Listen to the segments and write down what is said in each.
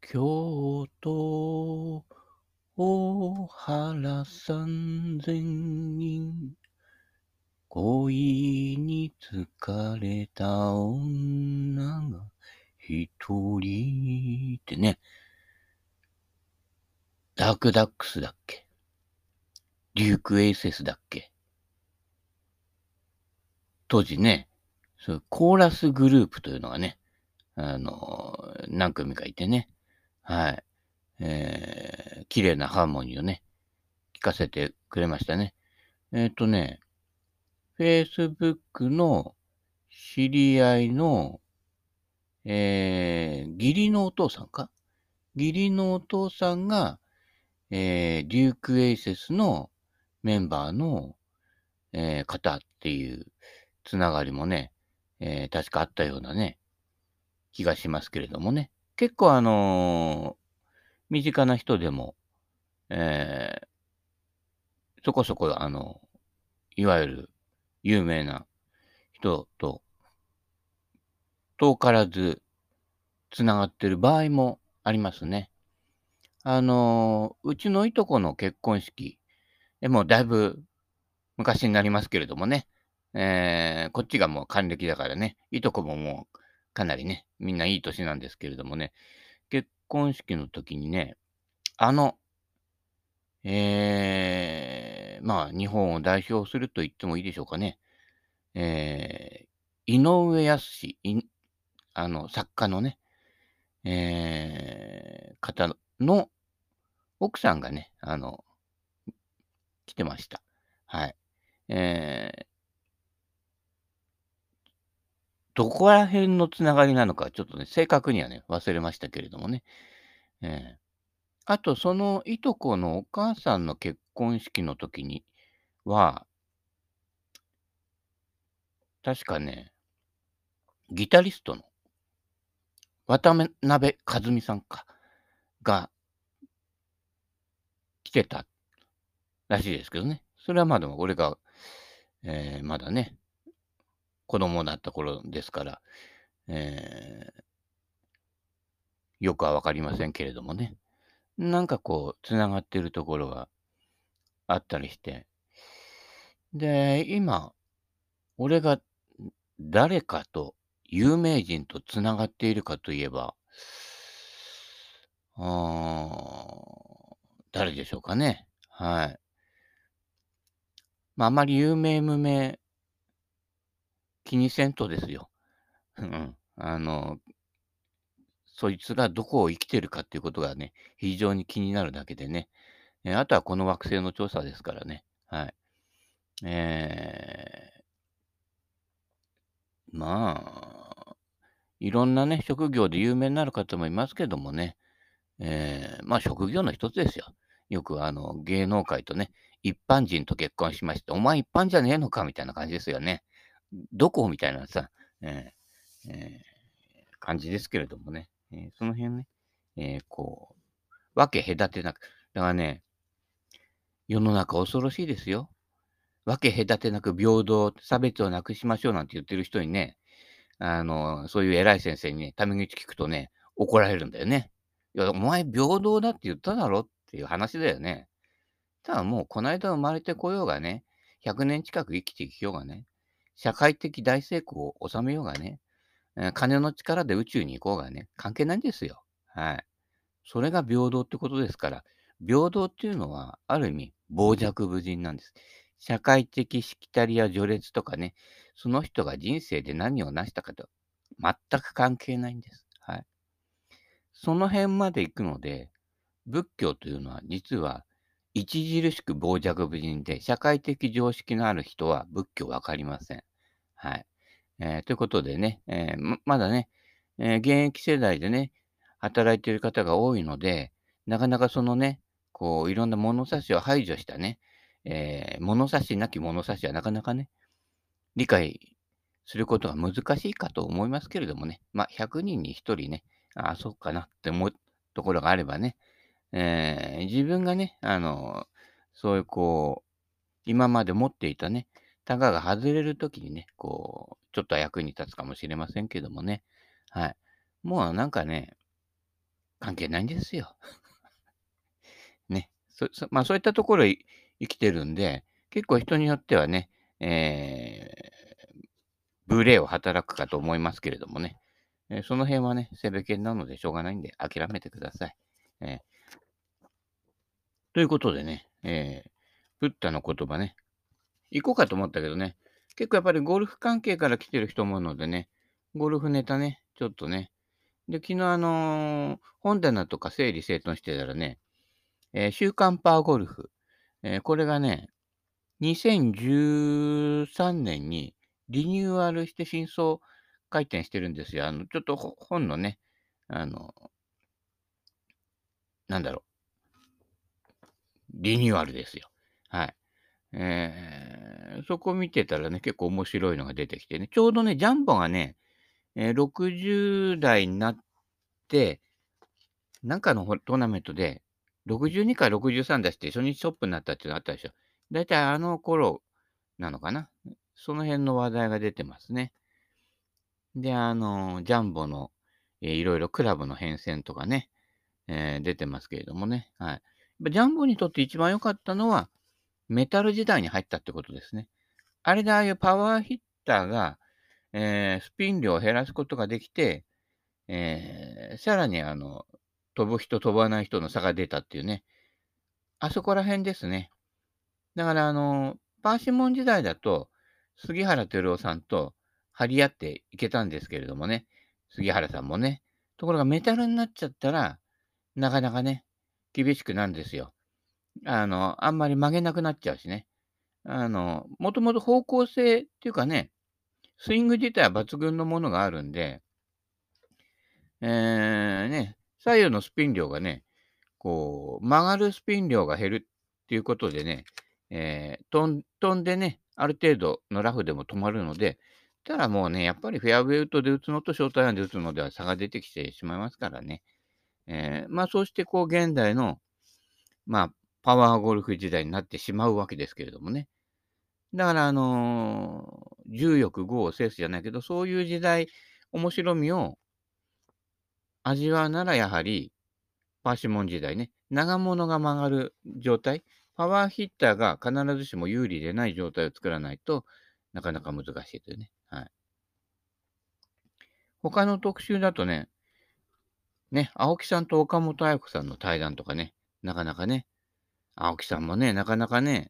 京都、大原三千人、恋に疲れた女が一人ってね、ダークダックスだっけ、デュークエイセスだっけ、当時ね、そうコーラスグループというのがね、何組かいてね、はい。綺麗なハーモニーをね、聞かせてくれましたね。ね、Facebook の知り合いの、義理のお父さんか、義理のお父さんが、デュークエイセスのメンバーの、方っていうつながりもね、確かあったようなね、気がしますけれどもね。結構身近な人でも、えそこそこいわゆる有名な人と遠からずつながってる場合もありますね。うちのいとこの結婚式、もうだいぶ昔になりますけれどもね、こっちがもう還暦だからね、いとこももうかなりね、みんないい年なんですけれどもね、結婚式の時にね、あの、日本を代表すると言ってもいいでしょうかね、井上靖、作家のね、方の奥さんがね、来てました。はい。えーどこら辺のつながりなのか、ちょっとね、正確にはね、忘れましたけれどもね。えあと、そのいとこのお母さんの結婚式の時には、確かね、ギタリストの渡辺和美さんか、が来てたらしいですけどね。それはまだ俺が、まだね、子供だった頃ですから、えよくは分かりませんけれどもね。なんかこう繋がってるところがあったりして。で、今、俺が誰かと、有名人と繋がっているかといえば、誰でしょうかね。はい。あまり有名無名気にせんとですよ。うん。そいつがどこを生きてるかっていうことがね、非常に気になるだけでね。あとはこの惑星の調査ですからね。はい。えいろんなね、職業で有名になる方もいますけどもね、職業の一つですよ。よく芸能界とね、一般人と結婚しました。お前一般じゃねえのかみたいな感じですよね。どこみたいなさ、えーえ感じですけれどもね。その辺ね、分け隔てなく。だからね、世の中恐ろしいですよ。分け隔てなく平等、差別をなくしましょうなんて言ってる人にね、そういう偉い先生にね、タメ口聞くとね、怒られるんだよね。いや、お前平等だって言っただろっていう話だよね。ただもうこないだ生まれてこようがね、100年近く生きてきようがね、社会的大成功を収めようがね、金の力で宇宙に行こうがね、関係ないんですよ。はい。それが平等ってことですから、平等っていうのは、ある意味、傍若無人なんです。社会的しきたりや序列とかね、その人が人生で何を成したかと、全く関係ないんです。はい。その辺まで行くので、仏教というのは実は著しく傍若無人で、社会的常識のある人は仏教わかりません。はい。ということでね、まだね、現役世代でね、働いている方が多いので、なかなかそのね、いろんな物差しを排除したね、物差しなき物差しはなかなかね、理解することが難しいかと思いますけれどもね、100人に1人ね、ああ、そうかなって思うところがあればね、自分がね、そういう今まで持っていたね、たがが外れるときにね、ちょっと役に立つかもしれませんけどもね。はい。もうなんかね、 関係ないんですよ。ね。まあ、そういったところ生きてるんで、結構人によってはね、え無礼を働くかと思いますけれどもね。その辺はね、セベケンなのでしょうがないんで、諦めてください。えーということでね、ブッダの言葉ね、行こうかと思ったけどね、結構やっぱりゴルフ関係から来てる人もいるのでね、ゴルフネタね、ちょっとね。で、昨日本棚とか整理整頓してたらね、週刊パワーゴルフ。これがね、2013年にリニューアルして新装開店してるんですよ。ちょっと本のね、あの、なんだろリニューアルですよ。はい。そこ見てたらね、結構面白いのが出てきてね、ちょうどね、ジャンボがね、60代になって、なんかのトーナメントで、62か63出して初日トップになったっていうのあったでしょ。だいたいあの頃なのかな。その辺の話題が出てますね。で、ジャンボの、いろいろクラブの変遷とかね、出てますけれどもね。はい。ジャンボにとって一番良かったのは、メタル時代に入ったってことですね。あれでああいうパワーヒッターが、スピン量を減らすことができて、さらに飛ぶ人飛ばない人の差が出たっていうね。あそこら辺ですね。だからパーシモン時代だと、杉原輝夫さんと張り合っていけたんですけれどもね。杉原さんもね。ところがメタルになっちゃったら、なかなかね、厳しくなるんですよ。あんまり曲げなくなっちゃうしね。もともと方向性っていうかね、スイング自体は抜群のものがあるんで、ね、左右のスピン量がね、こう、曲がるスピン量が減るっていうことでね、飛んでね、ある程度のラフでも止まるので、ただもうね、やっぱりフェアウェイウッドで打つのとショートアイアンで打つのでは差が出てきてしまいますからね。まあ、そうしてこう現代の、まあ、パワーゴルフ時代になってしまうわけですけれどもね。だから重欲豪を制すじゃないけど、そういう時代、面白みを味わうならやはり、パーシモン時代ね、長物が曲がる状態、パワーヒッターが必ずしも有利でない状態を作らないとなかなか難しいというね。はい。他の特集だとね、青木さんと岡本綾子さんの対談とかね、なかなかね、青木さんもね、なかなかね、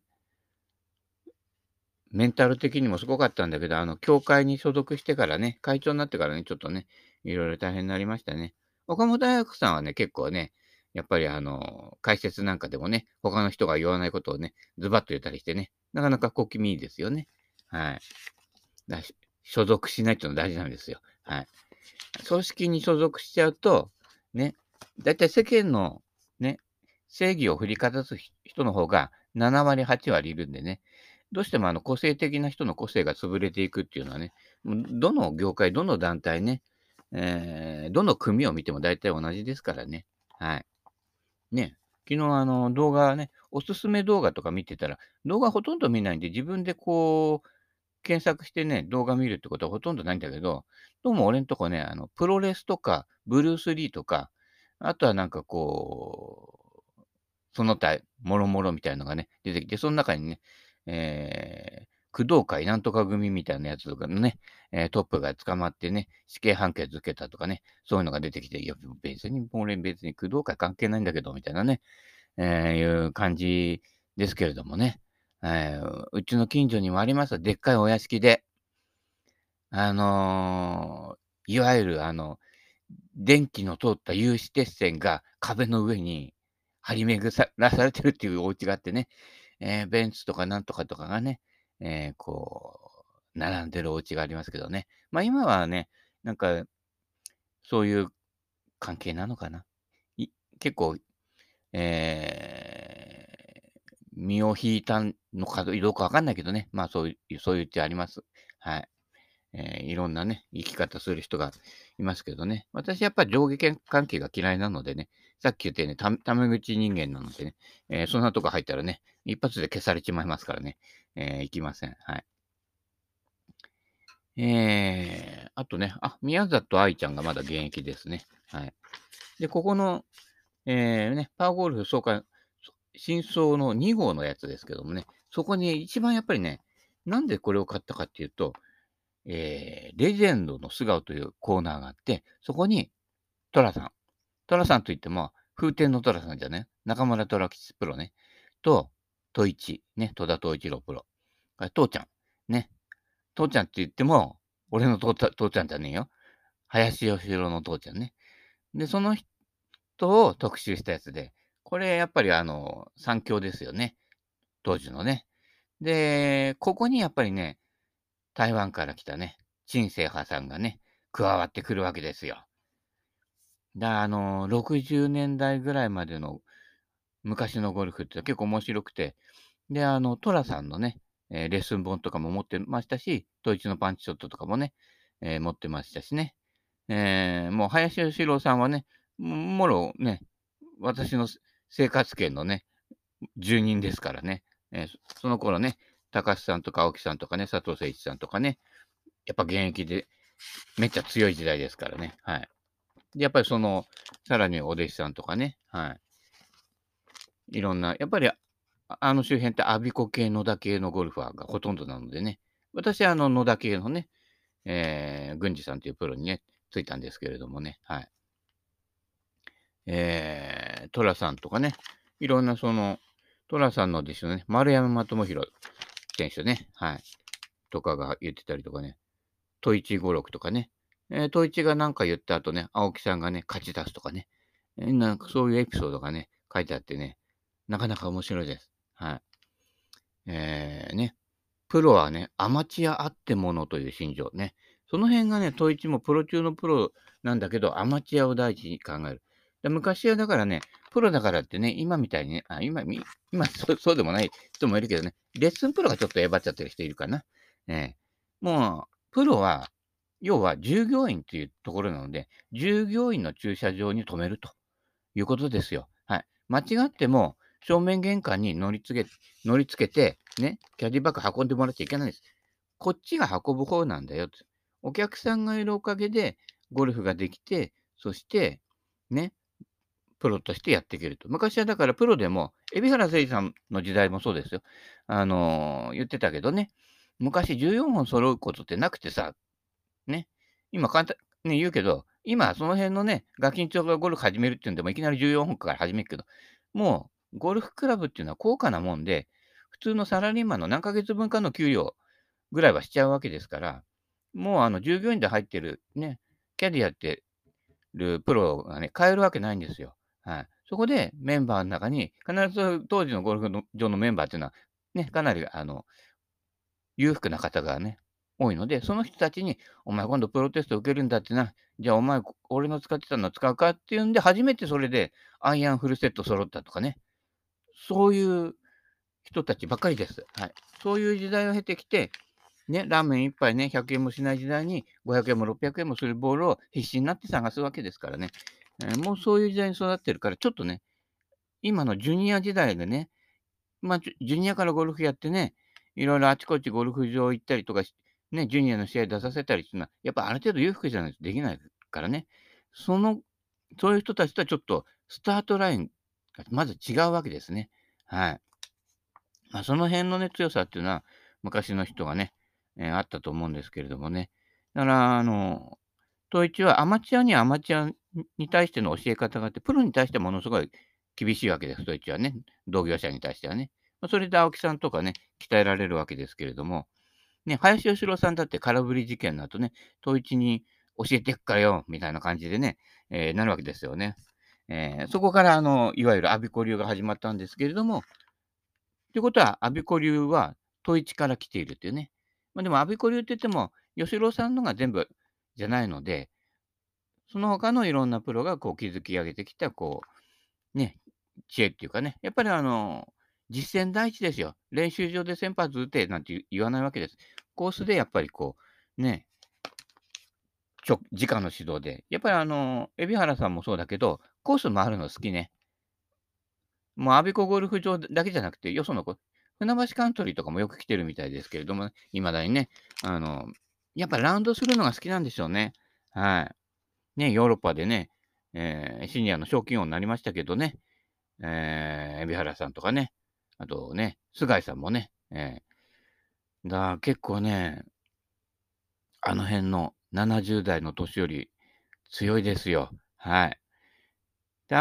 メンタル的にもすごかったんだけど、教会に所属してからね、会長になってからね、ちょっとね、いろいろ大変になりましたね。岡本大学さんはね、結構ね、やっぱり解説なんかでもね、他の人が言わないことをね、ズバッと言ったりしてね、なかなか小気味いいですよね。はい。所属しないっていうの大事なんですよ。はい。組織に所属しちゃうと、ね、だいたい世間のね、正義を振りかざす人の方が7割、8割いるんでね、どうしても個性的な人の個性が潰れていくっていうのはね、もうどの業界、どの団体ね、どの組を見ても大体同じですからね。はい。ね。昨日動画ね、おすすめ動画とか見てたら、動画ほとんど見ないんで、自分でこう、検索してね、動画見るってことはほとんどないんだけど、どうも俺んとこね、プロレスとか、ブルース・リーとか、あとはなんかこう、その他、もろもろみたいのがね、出てきて、その中にね、工藤会なんとか組みたいなやつとかのね、トップが捕まってね、死刑判決受けたとかね、そういうのが出てきて、いや、俺別に工藤会関係ないんだけど、みたいなね、いう感じですけれどもね。うちの近所にもあります、でっかいお屋敷で、いわゆる電気の通った有刺鉄線が壁の上に張り巡らされてるっていうお家があってね、ベンツとかなんとかとかがね、こう、並んでるお家がありますけどね。ま、今はね、なんか、そういう関係なのかな。結構、え身を引いたのかどうかわかんないけどね、まあ、そういう家あります。はい。いろんなね、生き方する人がいますけどね。私やっぱり上下関係が嫌いなのでね、さっき言ったようにタメ口人間なのでね、そんなとこ入ったらね、一発で消されちまいますからね、行きません。はい。あとね、宮里藍ちゃんがまだ現役ですね。はい。 で、ここの、パワーゴルフ新装の2号のやつですけどもね、そこに一番やっぱりね、なんでこれを買ったかっていうと、レジェンドの素顔というコーナーがあって、そこに寅さん。寅さんといっても、風天の寅さんじゃね、中村虎吉プロね、と、戸一、ね、戸田藤一郎プロ。父ちゃん、ね。父ちゃんって言っても、俺の父ちゃんじゃねえよ。林義郎の父ちゃんね。で、その人を特集したやつで、これやっぱり三強ですよね。当時のね。で、ここにやっぱりね、台湾から来たね、陳清波さんがね、加わってくるわけですよ。60年代ぐらいまでの昔のゴルフって結構面白くて、で、トラさんのね、レッスン本とかも持ってましたし、統一のパンチショットとかもね、持ってましたしね。もう林義郎さんはね、もろね、私の生活圏のね、住人ですからね。その頃ね、高須さんとか青木さんとかね、佐藤誠一さんとかね、やっぱ現役でめっちゃ強い時代ですからね。はい。で、やっぱりさらにお弟子さんとかね、はい。いろんな、やっぱり、あの周辺って我孫子系、野田系のゴルファーがほとんどなのでね、私は野田系のね、郡司さんというプロにね、ついたんですけれどもね、はい。寅さんとかね、いろんな寅さんの弟子のね、丸山智弘選手ね、はい、とかが言ってたりとかね、戸一五六とかね、戸一が何か言った後ね、青木さんがね、勝ち出すとかね、なんかそういうエピソードがね、書いてあってね、なかなか面白いです。はい。ね、プロはね、アマチュアあってものという心情ね。その辺がね、統一もプロ中のプロなんだけど、アマチュアを第一に考える。昔はだからね、プロだからってね、今みたいにね、今そうでもない人もいるけどね、レッスンプロがちょっとえばっちゃってる人いるかな。もう、プロは、要は従業員っていうところなので、従業員の駐車場に止めるということですよ。はい。間違っても、正面玄関に乗り付けて、ね、キャディバッグ運んでもらっちゃいけないんです。こっちが運ぶ方なんだよと。お客さんがいるおかげでゴルフができて、そして、ね、プロとしてやっていけると。昔はだからプロでも、海老原誠司さんの時代もそうですよ。言ってたけどね、昔14本揃うことってなくてさ、ね。今簡単ね、言うけど、今その辺のね、ガキンチョがゴルフ始めるっていうんでもいきなり14本から始めるけど、もうゴルフクラブっていうのは高価なもんで、普通のサラリーマンの何ヶ月分かの給料ぐらいはしちゃうわけですから、もう従業員で入ってるね、キャディアってるプロがね、買えるわけないんですよ。はい。そこでメンバーの中に、必ず当時のゴルフの場のメンバーっていうのは、ね、かなり裕福な方がね、多いので、その人たちに、お前今度プロテスト受けるんだってな、じゃあお前、俺の使ってたの使うかっていうんで、初めてそれでアイアンフルセット揃ったとかね、そういう人たちばっかりです。はい。そういう時代を経てきて、ね、ラーメン一杯ね、100円もしない時代に、500円も600円もするボールを必死になって探すわけですからね。もうそういう時代に育ってるから、ちょっとね、今のジュニア時代でね、ジュニアからゴルフやってね、いろいろあちこちゴルフ場行ったりとかね、ジュニアの試合出させたりっていうのは、やっぱある程度裕福じゃないとできないからね。その、そういう人たちとはちょっとスタートラインがまず違うわけですね。はい。その辺のね、強さっていうのは、昔の人がね、あったと思うんですけれどもね。だから、統一はアマチュアにはアマチュアに対しての教え方があって、プロに対してはものすごい厳しいわけです、統一はね。同業者に対してはね。それで青木さんとかね、鍛えられるわけですけれども、ね、林義郎さんだって空振り事件の後ね、統一に教えてっからよ、みたいな感じでね、なるわけですよね。そこからいわゆる我孫子流が始まったんですけれども、ということは、我孫子流は統一から来ているっていうね。でも我孫子流って言っても、義郎さんのが全部じゃないので、その他のいろんなプロがこう築き上げてきた、ね、知恵っていうかね、やっぱり実践第一ですよ。練習場で先発打てなんて言わないわけです。コースでやっぱりね、直の指導で。やっぱり海老原さんもそうだけど、コース回るの好きね。もう我孫子ゴルフ場だけじゃなくて、よその船橋カントリーとかもよく来てるみたいですけれども、未だにね、あの、やっぱラウンドするのが好きなんでしょうね。はい。ね、ヨーロッパでね、 シニアの賞金王になりましたけどね、海老原さんとかね、あとね、菅井さんもね、結構ね、あの辺の70代の年寄り強いですよ。はい。で、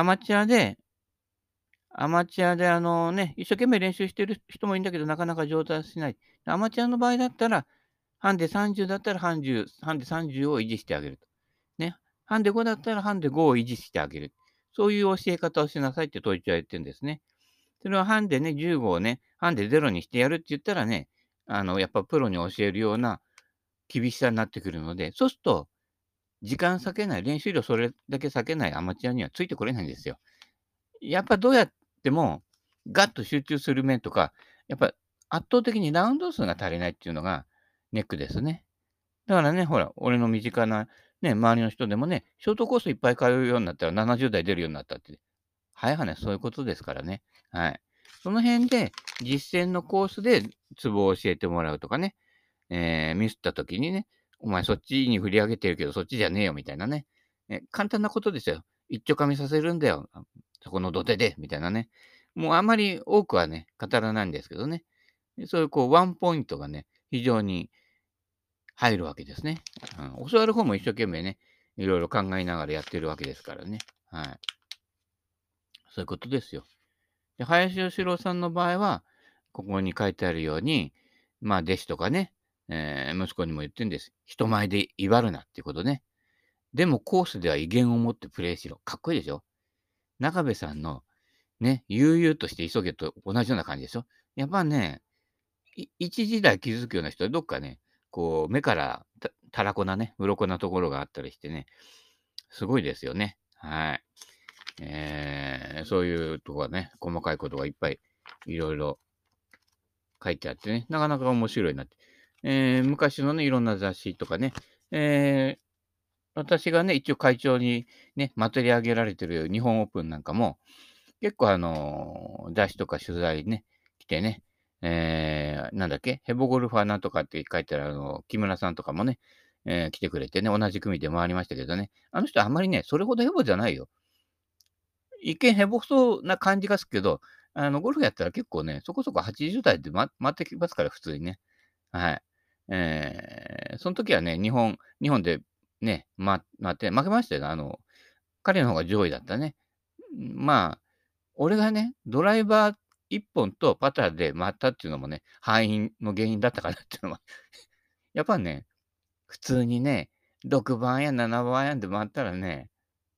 アマチュアで一生懸命練習してる人もいるんだけど、なかなか上達しない。アマチュアの場合だったら、ハンデ30だったらハンデ30を維持してあげると。ね。ハンデ5だったらハンデ5を維持してあげる。そういう教え方をしなさいって統一は言ってるんですね。それはハンデね、15をね、ハンデ0にしてやるって言ったらね、やっぱプロに教えるような厳しさになってくるので、そうすると、時間割けない、練習量それだけ割けないアマチュアにはついてこれないんですよ。やっぱどうやっても、ガッと集中する面とか、やっぱ圧倒的にラウンド数が足りないっていうのがネックですね。だからね、ほら、俺の身近なね、周りの人でもね、ショートコースいっぱい通うようになったら70代出るようになったって、早い話そういうことですからね。はい。その辺で、実践のコースでツボを教えてもらうとかね、ミスった時にね、お前そっちに振り上げてるけど、そっちじゃねえよみたいなね。簡単なことですよ。一丁噛みさせるんだよ。そこの土手で、みたいなね。もうあんまり多くはね、語らないんですけどね。そういうこう、ワンポイントがね、非常に入るわけですね。教わる方も一生懸命ね、いろいろ考えながらやってるわけですからね。はい。そういうことですよ。で、林芳郎さんの場合は、ここに書いてあるように、まあ、弟子とかね、息子にも言ってるんです。人前で威張るなっていうことね。でもコースでは威厳を持ってプレーしろ。かっこいいでしょ。中部さんのね、悠々として急げと同じような感じでしょ。やっぱね、一時代気づくような人はどっかね、こう目からたらこなね、鱗なところがあったりしてね、すごいですよね。はい。そういうとこはね、細かいことがいっぱいいろいろ書いてあってね、なかなか面白いなって。昔のね、いろんな雑誌とかね、え私がね、一応会長にね、まとり上げられてる日本オープンなんかも、結構雑誌とか取材ね、来てね、なんだっけ、ヘボゴルファーなんとかって書いてある木村さんとかもね、来てくれてね、同じ組で回りましたけどね、あの人あんまりね、それほどヘボじゃないよ。一見ヘボそうな感じがするけど、ゴルフやったら結構ね、そこそこ80代で回ってきますから、普通にね。はい。その時はね、日本でね、回って負けましたよ。彼の方が上位だったね。まあ、俺がね、ドライバー1本とパターで回ったっていうのもね、敗因の原因だったかなっていうのは、やっぱね、普通にね、6番や7番アイアンで回ったらね、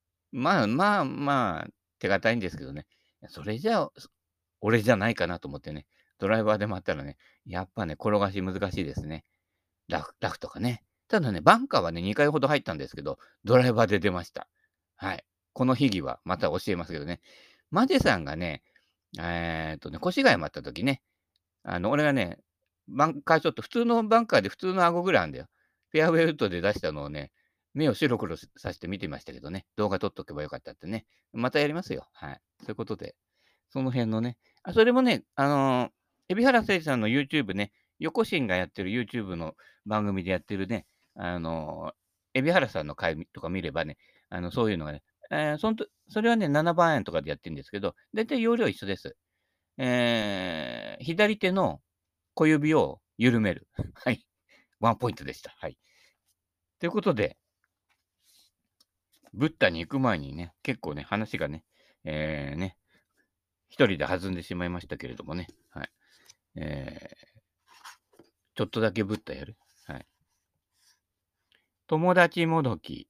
まあ、手堅いんですけどね。それじゃあ、俺じゃないかなと思ってね、ドライバーで回ったらね、やっぱね、転がし難しいですね。ラフとかね。ただね、バンカーはね、2回ほど入ったんですけど、ドライバーで出ました。はい。この秘技はまた教えますけどね。マジェさんがね、越谷回った時ね、俺がね、バンカーショット、普通のバンカーで普通の顎ぐらいあるんだよ。フェアウェイウッドで出したのをね、目を白黒さして見てましたけどね、動画撮っとけばよかったってね。またやりますよ。はい。そういうことで、その辺のね、それもね、海老原誠司さんの YouTube ね、横心がやってる YouTube の番組でやってるね、あの、海老原さんの回とか見ればね、そういうのがね、それはね、7番円とかでやってるんですけど、だいたい容量一緒です。左手の小指を緩める。はい。ワンポイントでした。はい。ということで、ブッダに行く前にね、結構ね、話がね、ね、一人で弾んでしまいましたけれどもね。はい。えちょっとだけブッダやる。はい。友達もどき、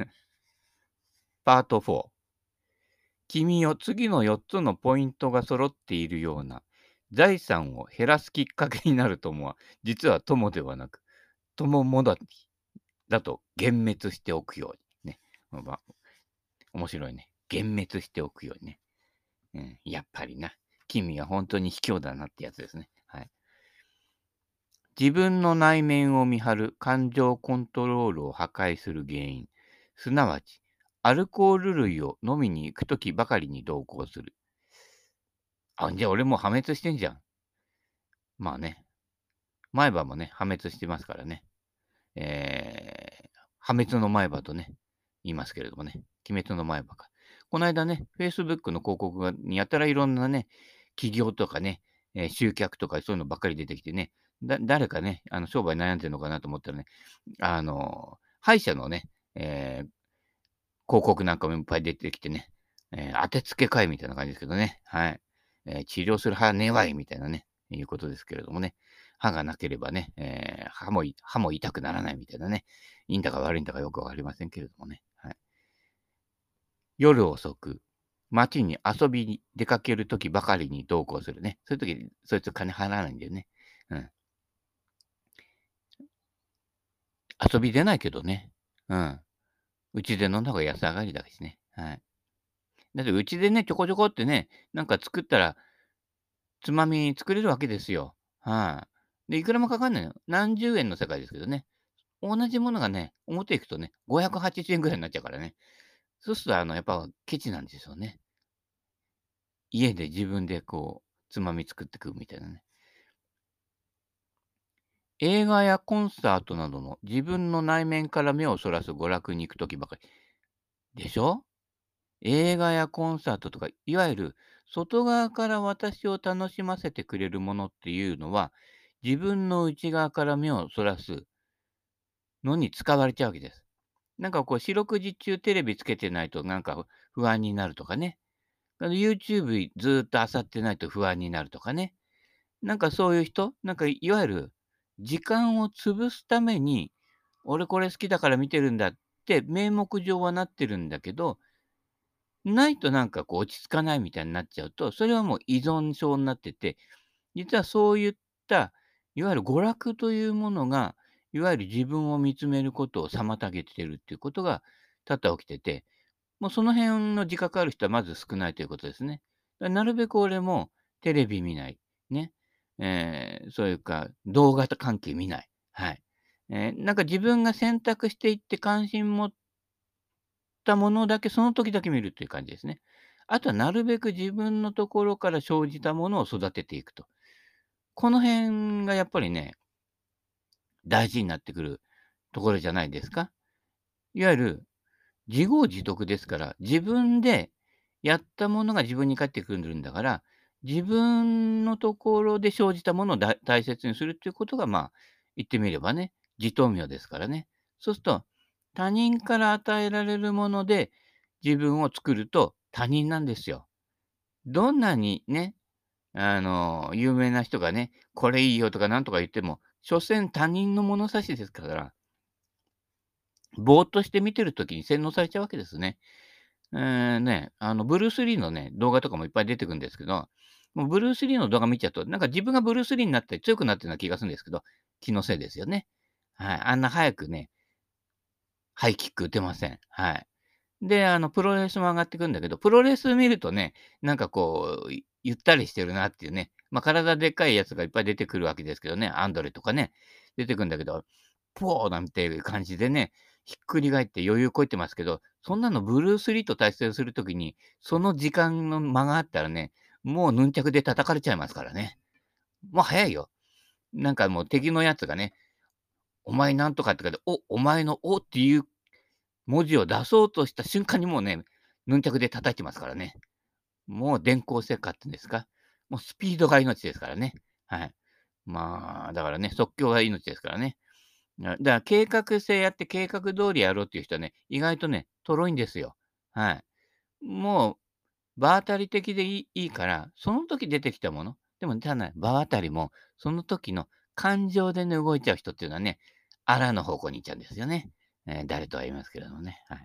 パート4。君よ、次の4つのポイントが揃っているような財産を減らすきっかけになる友は、実は友ではなく、友もどきだと幻滅しておくようにね。まあ、面白いね。幻滅しておくようにね。うん、やっぱりな。君は本当に卑怯だなってやつですね。はい。自分の内面を見張る感情コントロールを破壊する原因。すなわち、アルコール類を飲みに行くときばかりに同行する。じゃあ俺もう破滅してんじゃん。まあね。前歯もね、破滅してますからね。破滅の前歯とね、言いますけれどもね。 鬼滅の前歯か。この間ね、Facebook の広告にやたらいろんなね、起業とかね、集客とかそういうのばっかり出てきてね、誰かね、商売悩んでるのかなと思ったらね、歯医者のね、広告なんかもいっぱい出てきてね、当てつけ会みたいな感じですけどね。はい。治療する歯ねえわいみたいなね、いうことですけれどもね。歯がなければね、歯も痛くならないみたいなね。いいんだか悪いんだかよくわかりませんけれどもね。はい。夜遅く、街に遊びに出かけるときばかりに同行するね。そういうとき、そいつ金払わないんだよね。うん。遊び出ないけどね。うん。うちで飲んだ方が安上がりだしね。はい。だってうちでね、ちょこちょこってね、なんか作ったらつまみ作れるわけですよ。はい。で、いくらもかかんないの。何十円の世界ですけどね。同じものがね、表行くとね、580円ぐらいになっちゃうからね。そうすると、やっぱケチなんですよね。家で自分でこう、つまみ作って食うみたいなね。映画やコンサートなどの自分の内面から目をそらす娯楽に行くときばかり。でしょ？映画やコンサートとか、いわゆる外側から私を楽しませてくれるものっていうのは、自分の内側から目をそらすのに使われちゃうわけです。なんかこう四六時中テレビつけてないとなんか不安になるとかね。YouTube ずーっと漁ってないと不安になるとかね。なんかそういう人、なんかいわゆる時間を潰すために、俺これ好きだから見てるんだって名目上はなってるんだけど、ないとなんかこう落ち着かないみたいになっちゃうと、それはもう依存症になってて、実はそういった、いわゆる娯楽というものが、いわゆる自分を見つめることを妨げてるっていうことが多々起きてて、もうその辺の自覚ある人はまず少ないということですね。なるべく俺もテレビ見ない。ね。そういうか、動画関係見ない。はい。なんか自分が選択していって関心持ったものだけ、その時だけ見るという感じですね。あとはなるべく自分のところから生じたものを育てていくと。この辺がやっぱりね、大事になってくるところじゃないですか。いわゆる自業自得ですから、自分でやったものが自分に返ってくるんだから、自分のところで生じたものを大切にするっていうことが、まあ、言ってみればね、自灯明ですからね。そうすると、他人から与えられるもので自分を作ると他人なんですよ。どんなにね、有名な人がね、これいいよとかなんとか言っても、所詮他人の物差しですから、ぼーっとして見てるときに洗脳されちゃうわけですね。ブルース・リーのね、動画とかもいっぱい出てくるんですけど、もうブルース・リーの動画見ちゃうと、なんか自分がブルース・リーになって強くなってるような気がするんですけど、気のせいですよね。はい。あんな早くね、ハイキック打てません。はい。で、プロレスも上がってくんだけど、プロレス見るとね、なんかこう、ゆったりしてるなっていうね、ま、体でっかいやつがいっぱい出てくるわけですけどね、アンドレとかね、出てくんだけど、ポーなんていう感じでね、ひっくり返って余裕こいてますけど、そんなのブルース・リーと対戦する時に、その時間の間があったらね、もうヌンチャクで叩かれちゃいますからね。もう早いよ。なんかもう敵のやつがね、お前なんとかってかで、お前のおっていう文字を出そうとした瞬間にもうね、ヌンチャクで叩いてますからね。もう電光石火っていうんですか、もうスピードが命ですからね。はい。まあ、だからね、即興が命ですからね。だから計画性やって計画通りやろうっていう人はね、意外とね、とろいんですよ。はい。もう場当たり的でいいから、その時出てきたもの、でもただね、場当たりも、その時の感情でね、動いちゃう人っていうのはね、あらの方向に行っちゃうんですよね。誰とは言いますけれどもね。はい。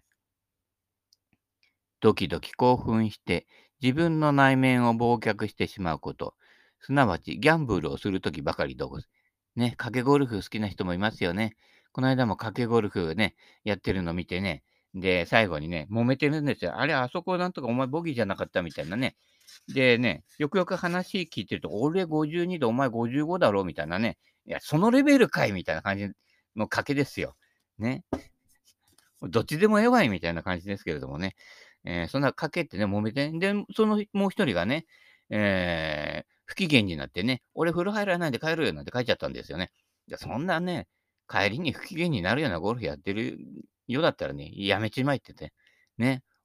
ドキドキ興奮して、自分の内面を忘却してしまうこと。すなわち、ギャンブルをするときばかりどこね、賭けゴルフ好きな人もいますよね。この間も賭けゴルフね、やってるの見てね、で、最後にね、揉めてるんですよ。あれ、あそこなんとかお前ボギーじゃなかったみたいなね。でね、よくよく話聞いてると、俺52でお前55だろみたいなね。いや、そのレベルかいみたいな感じの賭けですよ。ね。どっちでもええわいみたいな感じですけれどもね。そんな賭けってね、揉めて、で、そのもう一人がね、不機嫌になってね、俺風呂入らないで帰るよなんて帰っちゃったんですよね。そんなね、帰りに不機嫌になるようなゴルフやってるようだったらね、やめちまえってね。ね。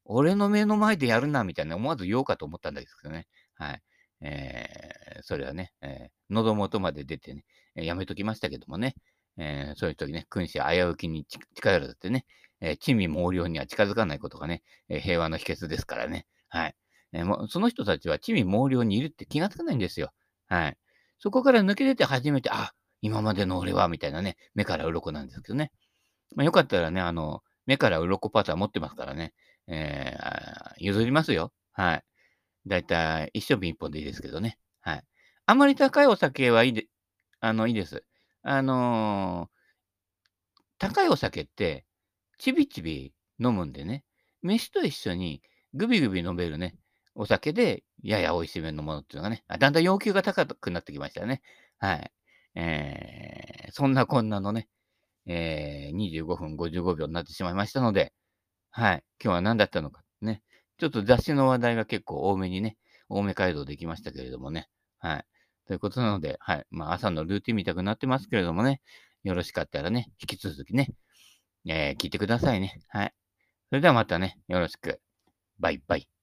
俺の目の前でやるなみたいな思わず言おうかと思ったんですけどね。はい。それはね、喉元まで出てね、やめときましたけどもね。そういう時ね、君子危うきに近寄らずってね、地味猛量には近づかないことがね、平和の秘訣ですからね。はい。もうその人たちは地味猛量にいるって気がつかないんですよ。はい。そこから抜け出て初めて、あ、今までの俺はみたいなね、目から鱗なんですけどね。よかったらね、目から鱗パター持ってますからね。譲りますよ。はい。だいたい一升瓶一本でいいですけどね。はい。あまり高いお酒はいいでいいです。あの、高いお酒って、ちびちび飲むんでね、飯と一緒にグビグビ飲めるね、お酒で、やや美味しめのものっていうのがね、だんだん要求が高くなってきましたね。はい。そんなこんなのね、25分55秒になってしまいましたので、はい、今日は何だったのかね、ちょっと雑誌の話題が結構多めにね、多め街道できましたけれどもね。はい。ということなので、はい、朝のルーティンみたくなってますけれどもね、よろしかったらね、引き続きね、聞いてくださいね。はい。それではまたね、よろしく。バイバイ。